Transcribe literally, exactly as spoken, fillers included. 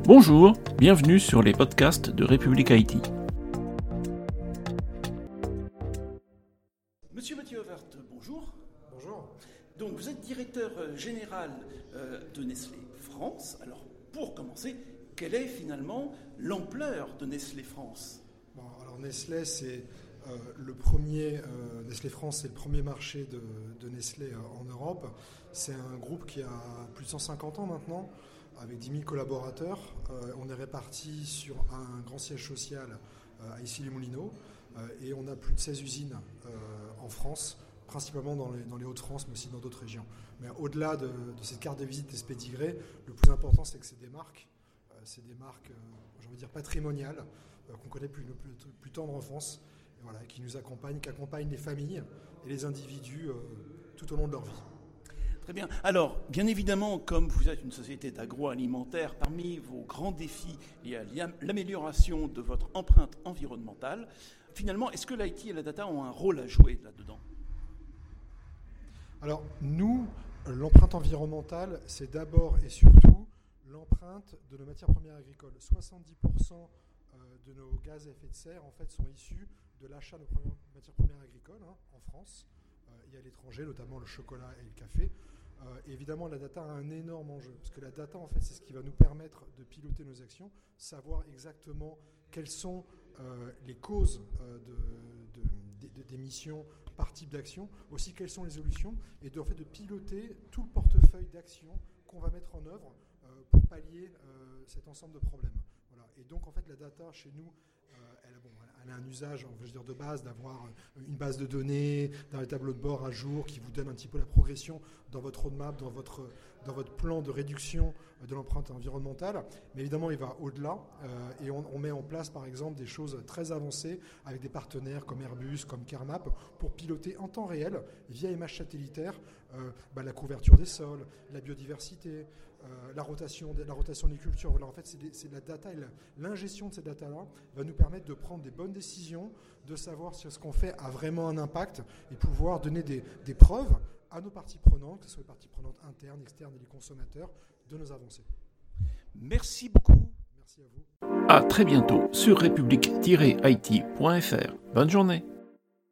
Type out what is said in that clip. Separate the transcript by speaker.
Speaker 1: Bonjour, bienvenue sur les podcasts de République I T.
Speaker 2: Monsieur Mathieu Ovart, bonjour.
Speaker 3: Bonjour.
Speaker 2: Donc vous êtes directeur général euh, de Nestlé France. Alors pour commencer, quelle est finalement l'ampleur de Nestlé France ?
Speaker 3: Bon, alors Nestlé, c'est euh, le premier. Euh, Nestlé France, c'est le premier marché de, de Nestlé euh, en Europe. C'est un groupe qui a plus de cent cinquante ans maintenant, avec dix mille collaborateurs. Euh, on est répartis sur un grand siège social euh, à Issy-les-Moulineaux euh, et on a plus de seize usines euh, en France, principalement dans les, dans les Hauts-de-France, mais aussi dans d'autres régions. Mais au-delà de, de cette carte de visite et ce pédigré, le plus important, c'est que c'est des marques, euh, c'est des marques, euh, j'ai envie de dire, patrimoniales, euh, qu'on connaît plus, plus, plus tendre en France, et voilà, qui nous accompagnent, qui accompagnent les familles et les individus euh, tout au long de leur vie.
Speaker 2: Très bien. Alors, bien évidemment, comme vous êtes une société d'agroalimentaire, parmi vos grands défis, il y a l'amélioration de votre empreinte environnementale. Finalement, est-ce que l'I T et la data ont un rôle à jouer là-dedans ?
Speaker 3: Alors, nous, l'empreinte environnementale, c'est d'abord et surtout l'empreinte de nos matières premières agricoles. soixante-dix pour cent de nos gaz à effet de serre, en fait, sont issus de l'achat de nos matières premières agricoles hein, en France euh, et à l'étranger, notamment le chocolat et le café. Euh, et évidemment, la data a un énorme enjeu, parce que la data, en fait, c'est ce qui va nous permettre de piloter nos actions, savoir exactement quelles sont euh, les causes euh, de, de, de, d'émissions par type d'action, aussi quelles sont les solutions, et de, en fait, de piloter tout le portefeuille d'actions qu'on va mettre en œuvre euh, pour pallier euh, cet ensemble de problèmes. Voilà. Et donc, en fait, la data, chez nous, euh, elle, bon, elle a un usage, on veut dire, de base, d'avoir une base de données, dans les tableaux de bord à jour qui vous donne un petit peu la progression dans votre roadmap, dans votre, dans votre plan de réduction de l'empreinte environnementale. Mais évidemment, il va au-delà euh, et on, on met en place, par exemple, des choses très avancées avec des partenaires comme Airbus, comme Carmap, pour piloter en temps réel, via images satellitaires, euh, bah, la couverture des sols, la biodiversité, euh, la, rotation de, la rotation des cultures. Voilà, en fait, c'est, des, c'est de la data et la, l'ingestion de ces data-là va nous permettre de prendre des bonnes décisions, de savoir si ce qu'on fait a vraiment un impact et pouvoir donner des, des preuves à nos parties prenantes, que ce soit les parties prenantes internes, externes et les consommateurs, de nos avancées.
Speaker 2: Merci beaucoup.
Speaker 3: Merci à vous.
Speaker 1: À très bientôt sur république tiret I T point F R. Bonne journée.